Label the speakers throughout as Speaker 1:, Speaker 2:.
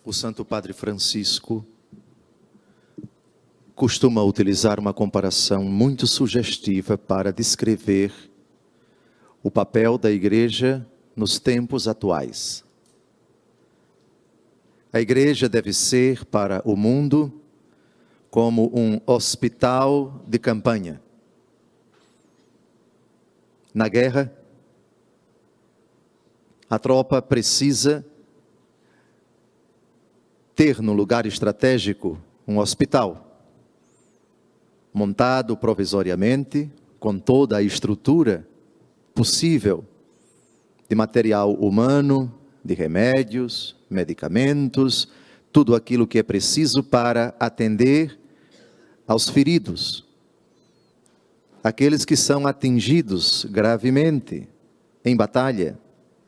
Speaker 1: O Santo Padre Francisco costuma utilizar uma comparação muito sugestiva para descrever o papel da Igreja nos tempos atuais. A Igreja deve ser para o mundo como um hospital de campanha. Na guerra, a tropa precisa ter no lugar estratégico um hospital, montado provisoriamente, com toda a estrutura possível de material humano, de remédios, medicamentos, tudo aquilo que é preciso para atender aos feridos, aqueles que são atingidos gravemente em batalha,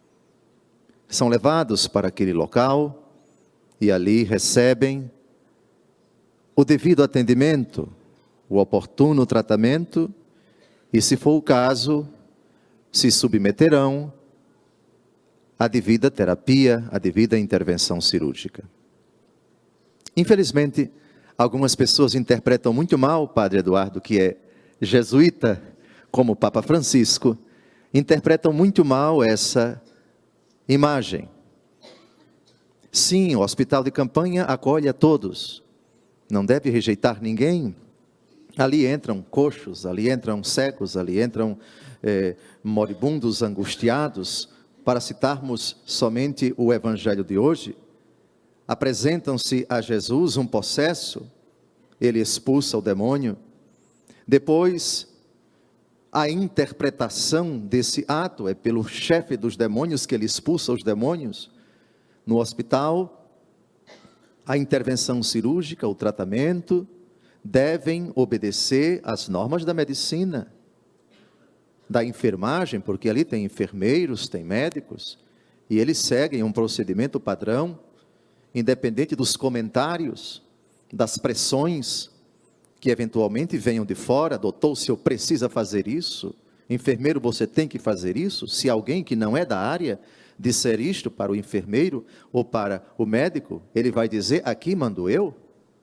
Speaker 1: são levados para aquele local e ali recebem o devido atendimento, o oportuno tratamento e, se for o caso, se submeterão à devida terapia, à devida intervenção cirúrgica. Infelizmente, algumas pessoas interpretam muito mal o Padre Eduardo, que é jesuíta, como o Papa Francisco, interpretam muito mal essa imagem. Sim, o hospital de campanha acolhe a todos, não deve rejeitar ninguém. Ali entram coxos, ali entram cegos, ali entram moribundos, angustiados. Para citarmos somente o Evangelho de hoje, apresentam-se a Jesus um possesso, ele expulsa o demônio. Depois, a interpretação desse ato é pelo chefe dos demônios que ele expulsa os demônios. No hospital, a intervenção cirúrgica, o tratamento, devem obedecer às normas da medicina, da enfermagem, porque ali tem enfermeiros, tem médicos, e eles seguem um procedimento padrão, independente dos comentários, das pressões que eventualmente venham de fora. Doutor, o senhor precisa fazer isso? Enfermeiro, você tem que fazer isso? Se alguém que não é da área disser isto para o enfermeiro ou para o médico, ele vai dizer: aqui mando eu?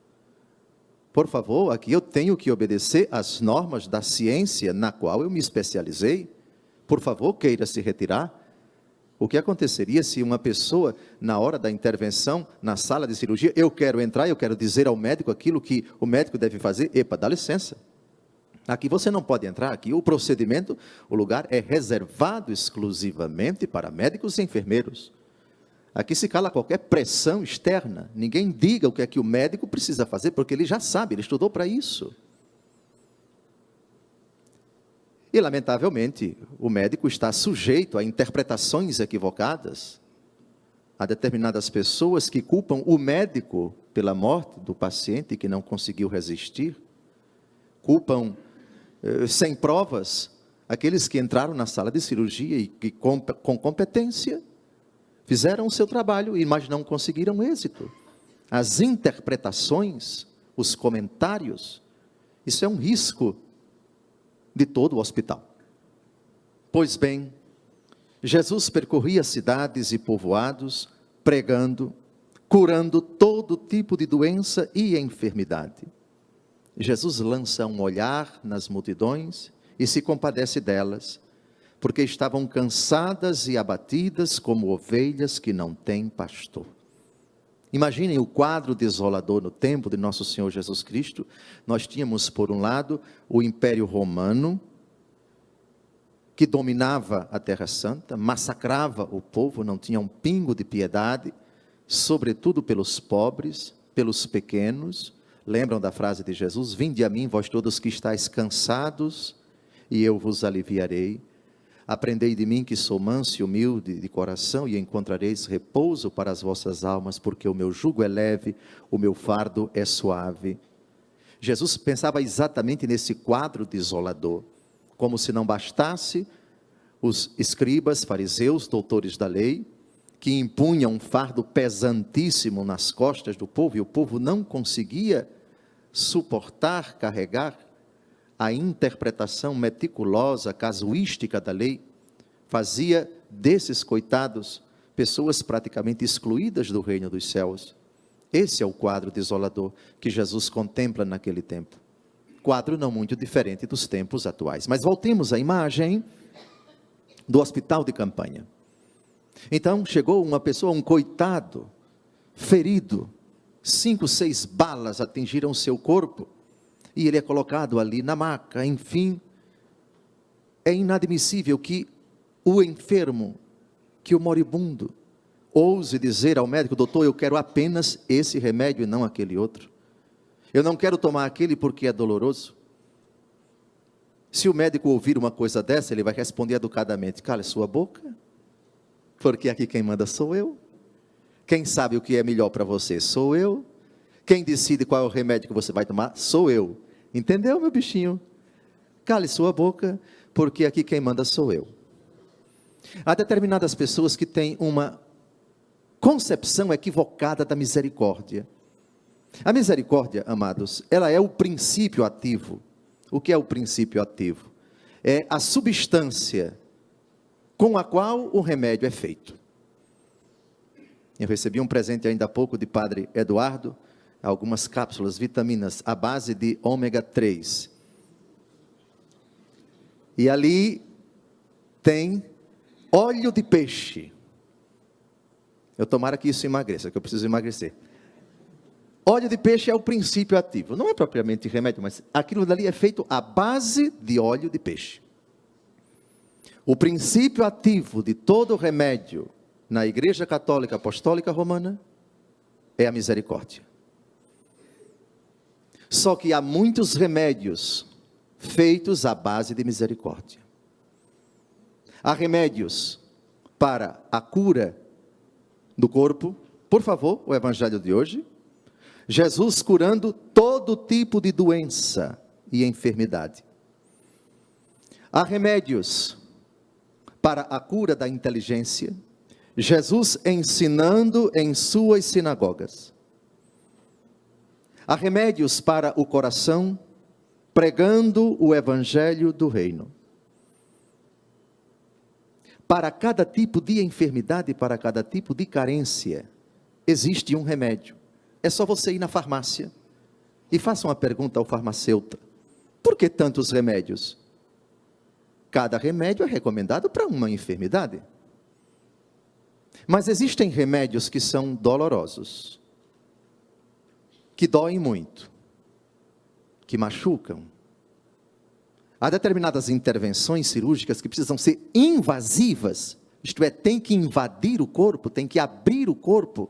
Speaker 1: Por favor, aqui eu tenho que obedecer às normas da ciência na qual eu me especializei. Por favor, queira se retirar. O que aconteceria se uma pessoa, na hora da intervenção, na sala de cirurgia, eu quero entrar, eu quero dizer ao médico aquilo que o médico deve fazer? Epa, dá licença. Aqui você não pode entrar, aqui o procedimento, o lugar é reservado exclusivamente para médicos e enfermeiros. Aqui se cala qualquer pressão externa, ninguém diga o que é que o médico precisa fazer, porque ele já sabe, ele estudou para isso. E, lamentavelmente, o médico está sujeito a interpretações equivocadas, a determinadas pessoas que culpam o médico pela morte do paciente que não conseguiu resistir, culpam sem provas aqueles que entraram na sala de cirurgia e que com competência fizeram o seu trabalho, mas não conseguiram êxito. As interpretações, os comentários, isso é um risco de todo o hospital. Pois bem, Jesus percorria cidades e povoados, pregando, curando todo tipo de doença e enfermidade. Jesus lança um olhar nas multidões e se compadece delas, porque estavam cansadas e abatidas como ovelhas que não têm pastor. Imaginem o quadro desolador no tempo de nosso Senhor Jesus Cristo. Nós tínhamos, por um lado, o Império Romano, que dominava a Terra Santa, massacrava o povo, não tinha um pingo de piedade, sobretudo pelos pobres, pelos pequenos. Lembram da frase de Jesus? Vinde a mim, vós todos que estáis cansados, e eu vos aliviarei. Aprendei de mim que sou manso e humilde de coração, e encontrareis repouso para as vossas almas, porque o meu jugo é leve, o meu fardo é suave. Jesus pensava exatamente nesse quadro desolador, como se não bastasse os escribas, fariseus, doutores da lei, que impunham um fardo pesantíssimo nas costas do povo, e o povo não conseguia suportar, carregar a interpretação meticulosa, casuística da lei, fazia desses coitados pessoas praticamente excluídas do reino dos céus. Esse é o quadro desolador que Jesus contempla naquele tempo. Quadro não muito diferente dos tempos atuais. Mas voltemos à imagem do hospital de campanha. Então chegou uma pessoa, um coitado, ferido, 5, 6 balas atingiram seu corpo, e ele é colocado ali na maca. Enfim, é inadmissível que o enfermo, que o moribundo, ouse dizer ao médico: doutor, eu quero apenas esse remédio e não aquele outro. Eu não quero tomar aquele porque é doloroso. Se o médico ouvir uma coisa dessa, ele vai responder educadamente: cale sua boca, porque aqui quem manda sou eu. Quem sabe o que é melhor para você sou eu. Quem decide qual é o remédio que você vai tomar sou eu. Entendeu, meu bichinho? Cale sua boca, porque aqui quem manda sou eu. Há determinadas pessoas que têm uma concepção equivocada da misericórdia. A misericórdia, amados, ela é o princípio ativo. O que é o princípio ativo? É a substância com a qual o remédio é feito. Eu recebi um presente ainda há pouco de Padre Eduardo, algumas cápsulas, vitaminas, à base de ômega 3. E ali tem óleo de peixe. Eu tomara que isso emagreça, que eu preciso emagrecer. Óleo de peixe é o princípio ativo. Não é propriamente remédio, mas aquilo dali é feito à base de óleo de peixe. O princípio ativo de todo remédio na Igreja Católica Apostólica Romana é a misericórdia. Só que há muitos remédios feitos à base de misericórdia. Há remédios para a cura do corpo. Por favor, o evangelho de hoje. Jesus curando todo tipo de doença e enfermidade. Há remédios para a cura da inteligência. Jesus ensinando em suas sinagogas. Há remédios para o coração, pregando o evangelho do reino. Para cada tipo de enfermidade, para cada tipo de carência, existe um remédio. É só você ir na farmácia e faça uma pergunta ao farmacêutico: por que tantos remédios? Cada remédio é recomendado para uma enfermidade. Mas existem remédios que são dolorosos, que doem muito, que machucam. Há determinadas intervenções cirúrgicas que precisam ser invasivas, isto é, tem que invadir o corpo, tem que abrir o corpo,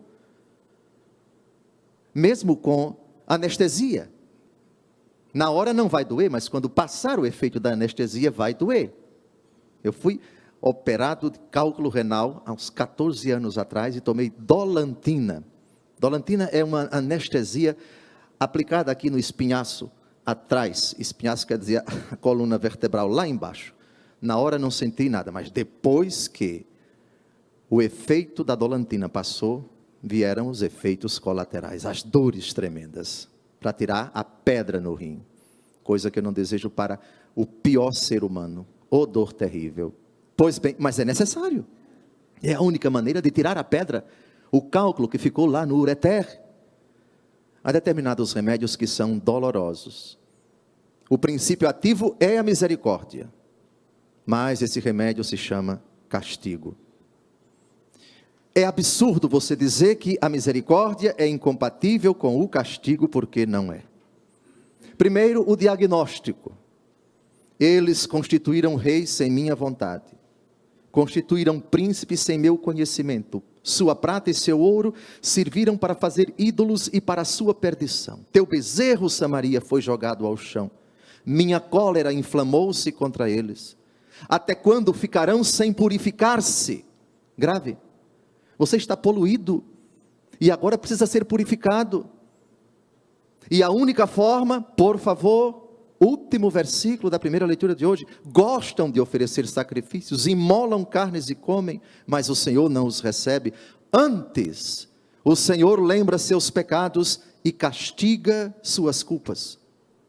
Speaker 1: mesmo com anestesia. Na hora não vai doer, mas quando passar o efeito da anestesia vai doer. Eu fui operado de cálculo renal há uns 14 anos atrás e tomei Dolantina. Dolantina é uma anestesia aplicada aqui no espinhaço atrás. Espinhaço quer dizer a coluna vertebral lá embaixo. Na hora não senti nada, mas depois que o efeito da Dolantina passou, vieram os efeitos colaterais, as dores tremendas, para tirar a pedra no rim, coisa que eu não desejo para o pior ser humano, ô dor terrível. Pois bem, mas é necessário, é a única maneira de tirar a pedra, o cálculo que ficou lá no ureter. Há determinados remédios que são dolorosos, o princípio ativo é a misericórdia, mas esse remédio se chama castigo. É absurdo você dizer que a misericórdia é incompatível com o castigo, porque não é. Primeiro, o diagnóstico. Eles constituíram reis sem minha vontade, constituíram príncipes sem meu conhecimento. Sua prata e seu ouro serviram para fazer ídolos e para a sua perdição. Teu bezerro, Samaria, foi jogado ao chão. Minha cólera inflamou-se contra eles. Até quando ficarão sem purificar-se? Grave. Você está poluído e agora precisa ser purificado. E a única forma, por favor, último versículo da primeira leitura de hoje: gostam de oferecer sacrifícios, imolam carnes e comem, mas o Senhor não os recebe. Antes, o Senhor lembra seus pecados e castiga suas culpas.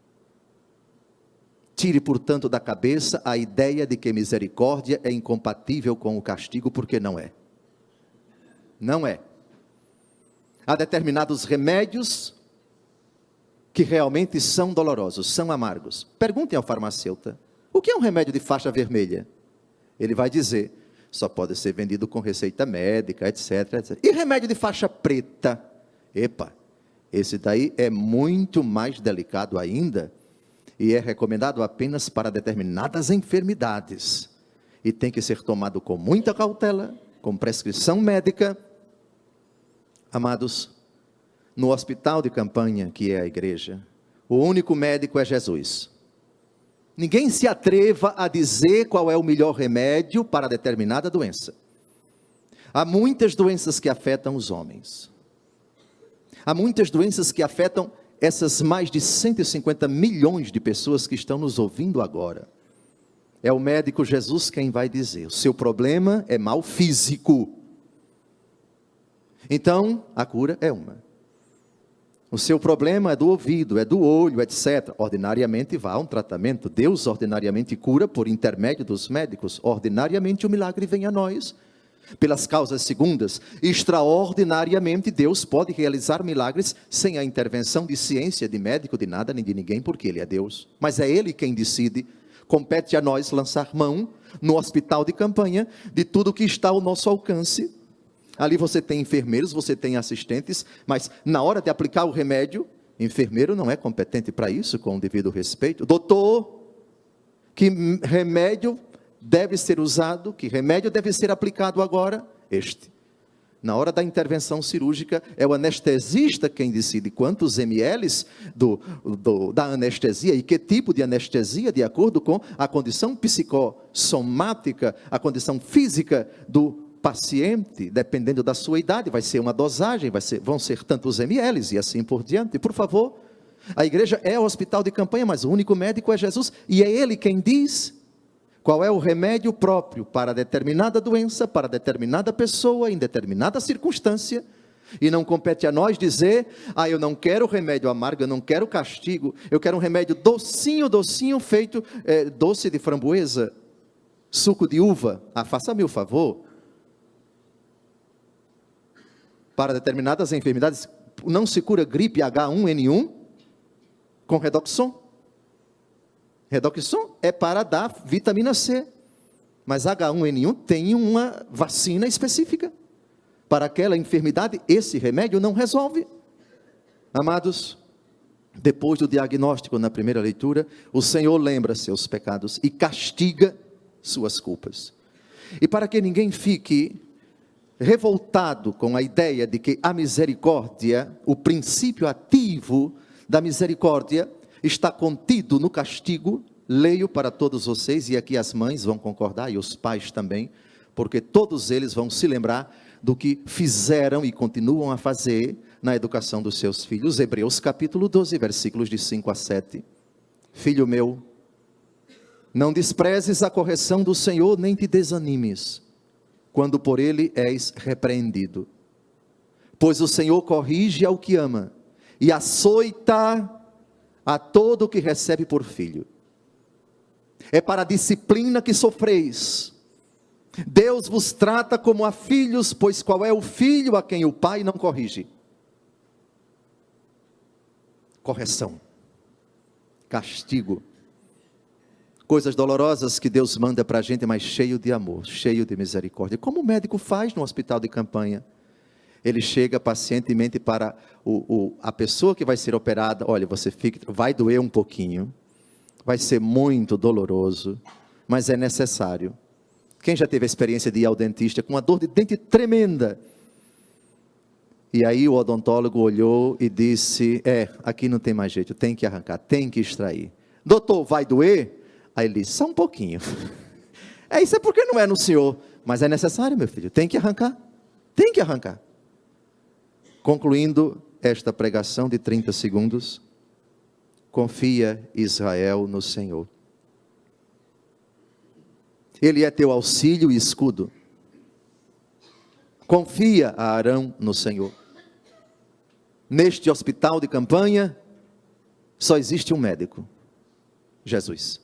Speaker 1: Tire, portanto, da cabeça a ideia de que misericórdia é incompatível com o castigo, porque não é. Não é. Há determinados remédios que realmente são dolorosos, são amargos. Perguntem ao farmacêutico, o que é um remédio de faixa vermelha? Ele vai dizer, só pode ser vendido com receita médica, etc, etc. E remédio de faixa preta? Epa, esse daí é muito mais delicado ainda, e é recomendado apenas para determinadas enfermidades, e tem que ser tomado com muita cautela, com prescrição médica. Amados, no hospital de campanha, que é a igreja, o único médico é Jesus. Ninguém se atreva a dizer qual é o melhor remédio para determinada doença. Há muitas doenças que afetam os homens. Há muitas doenças que afetam essas mais de 150 milhões de pessoas que estão nos ouvindo agora. É o médico Jesus quem vai dizer, o seu problema é mal físico. Então, a cura é uma. O seu problema é do ouvido, é do olho, etc. Ordinariamente vá a um tratamento. Deus ordinariamente cura por intermédio dos médicos. Ordinariamente o milagre vem a nós pelas causas segundas. Extraordinariamente Deus pode realizar milagres sem a intervenção de ciência, de médico, de nada, nem de ninguém, porque Ele é Deus. Mas é Ele quem decide. Compete a nós lançar mão no hospital de campanha de tudo que está ao nosso alcance. Ali você tem enfermeiros, você tem assistentes, mas na hora de aplicar o remédio, enfermeiro não é competente para isso, com o devido respeito. Doutor, que remédio deve ser usado, que remédio deve ser aplicado agora? Este. Na hora da intervenção cirúrgica, é o anestesista quem decide quantos ml da anestesia e que tipo de anestesia, de acordo com a condição psicossomática, a condição física do paciente, dependendo da sua idade, vai ser uma dosagem, vão ser tantos ml e assim por diante. Por favor, a igreja é o hospital de campanha, mas o único médico é Jesus, e é Ele quem diz qual é o remédio próprio para determinada doença, para determinada pessoa, em determinada circunstância, e não compete a nós dizer, eu não quero remédio amargo, eu não quero castigo, eu quero um remédio docinho, docinho, feito, doce de framboesa, suco de uva, faça-me o favor. Para determinadas enfermidades, não se cura gripe H1N1 com Redoxon. Redoxon é para dar vitamina C, mas H1N1 tem uma vacina específica. Para aquela enfermidade, esse remédio não resolve. Amados, depois do diagnóstico na primeira leitura, o Senhor lembra seus pecados e castiga suas culpas. E para que ninguém fique revoltado com a ideia de que a misericórdia, o princípio ativo da misericórdia, está contido no castigo, leio para todos vocês, e aqui as mães vão concordar, e os pais também, porque todos eles vão se lembrar do que fizeram e continuam a fazer na educação dos seus filhos. Hebreus capítulo 12, versículos de 5 a 7. Filho meu, não desprezes a correção do Senhor, nem te desanimes, quando por ele és repreendido. Pois o Senhor corrige ao que ama, e açoita a todo o que recebe por filho. É para a disciplina que sofreis. Deus vos trata como a filhos, pois qual é o filho a quem o pai não corrige? Correção, castigo, coisas dolorosas que Deus manda para a gente, mas cheio de amor, cheio de misericórdia. Como o médico faz no hospital de campanha? Ele chega pacientemente para a pessoa que vai ser operada. Olha, vai doer um pouquinho, vai ser muito doloroso, mas é necessário. Quem já teve a experiência de ir ao dentista com uma dor de dente tremenda? E aí o odontólogo olhou e disse, aqui não tem mais jeito, tem que arrancar, tem que extrair. Doutor, vai doer? Aí ele disse, só um pouquinho. Isso é porque não é no senhor, mas é necessário, meu filho, tem que arrancar, tem que arrancar. Concluindo esta pregação de 30 segundos, confia, Israel, no Senhor. Ele é teu auxílio e escudo. Confia, Arão, no Senhor. Neste hospital de campanha, só existe um médico, Jesus.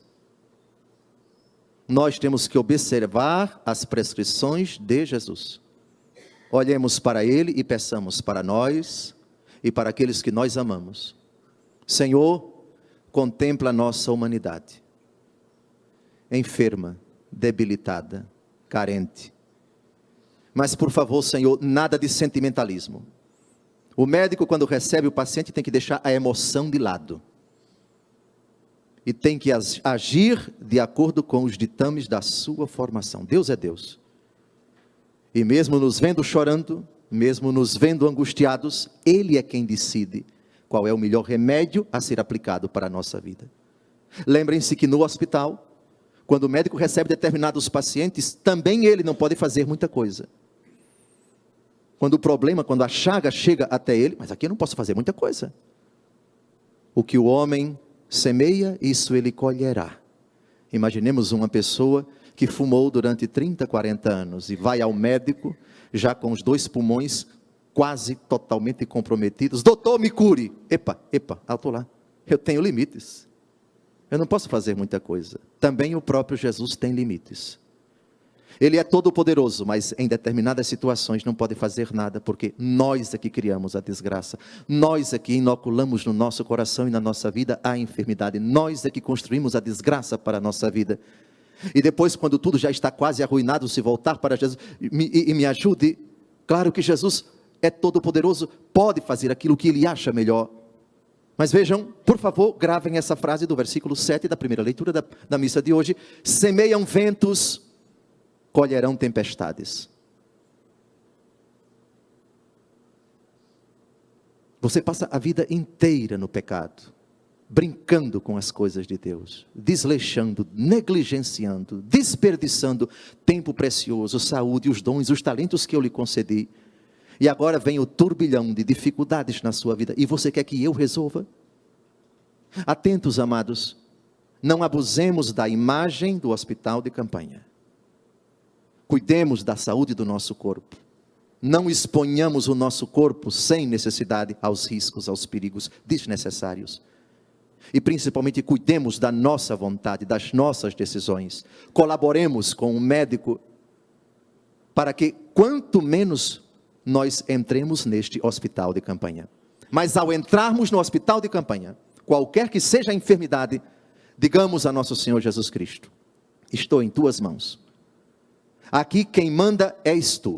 Speaker 1: Nós temos que observar as prescrições de Jesus. olhemos para Ele e peçamos para nós e para aqueles que nós amamos: Senhor, contempla a nossa humanidade, enferma, debilitada, carente. Mas por favor, Senhor, nada de sentimentalismo. O médico, quando recebe o paciente, tem que deixar a emoção de lado. E tem que agir de acordo com os ditames da sua formação. Deus é Deus. E mesmo nos vendo chorando, mesmo nos vendo angustiados, Ele é quem decide qual é o melhor remédio a ser aplicado para a nossa vida. Lembrem-se que no hospital, quando o médico recebe determinados pacientes, também ele não pode fazer muita coisa. Quando o problema, quando a chaga chega até ele, mas aqui eu não posso fazer muita coisa. O que o homem semeia, isso ele colherá. Imaginemos uma pessoa que fumou durante 30, 40 anos e vai ao médico, já com os 2 pulmões quase totalmente comprometidos. Doutor, me cure. Epa, alto lá. Eu tenho limites. Eu não posso fazer muita coisa. Também o próprio Jesus tem limites. Ele é todo poderoso, mas em determinadas situações não pode fazer nada, porque nós é que criamos a desgraça, nós é que inoculamos no nosso coração e na nossa vida a enfermidade, nós é que construímos a desgraça para a nossa vida. E depois, quando tudo já está quase arruinado, se voltar para Jesus e me ajude, claro que Jesus é todo poderoso, pode fazer aquilo que Ele acha melhor. Mas vejam, por favor, gravem essa frase do versículo 7 da primeira leitura da missa de hoje: semeiam ventos, colherão tempestades. Você passa a vida inteira no pecado, brincando com as coisas de Deus, desleixando, negligenciando, desperdiçando tempo precioso, saúde, os dons, os talentos que eu lhe concedi. E agora vem o turbilhão de dificuldades na sua vida, e você quer que eu resolva? Atentos, amados, não abusemos da imagem do hospital de campanha. Cuidemos da saúde do nosso corpo. Não exponhamos o nosso corpo sem necessidade aos riscos, aos perigos desnecessários. E principalmente cuidemos da nossa vontade, das nossas decisões. Colaboremos com o médico para que quanto menos nós entremos neste hospital de campanha. Mas ao entrarmos no hospital de campanha, qualquer que seja a enfermidade, digamos a nosso Senhor Jesus Cristo: estou em tuas mãos. Aqui quem manda és tu.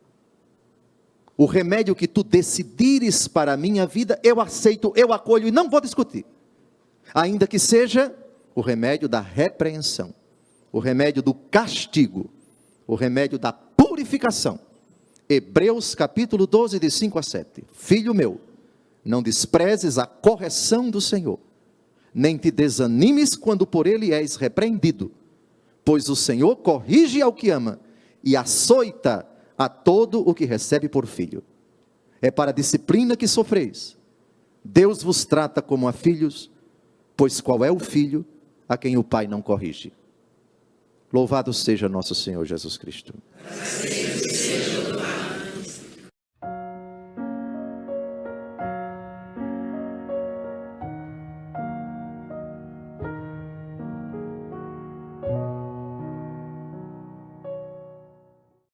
Speaker 1: O remédio que tu decidires para a minha vida, eu aceito, eu acolho e não vou discutir. Ainda que seja o remédio da repreensão, o remédio do castigo, o remédio da purificação. Hebreus capítulo 12, de 5 a 7. Filho meu, não desprezes a correção do Senhor, nem te desanimes quando por ele és repreendido. Pois o Senhor corrige ao que ama e açoita a todo o que recebe por filho. É para a disciplina que sofreis. Deus vos trata como a filhos, pois qual é o filho a quem o Pai não corrige? Louvado seja nosso Senhor Jesus Cristo.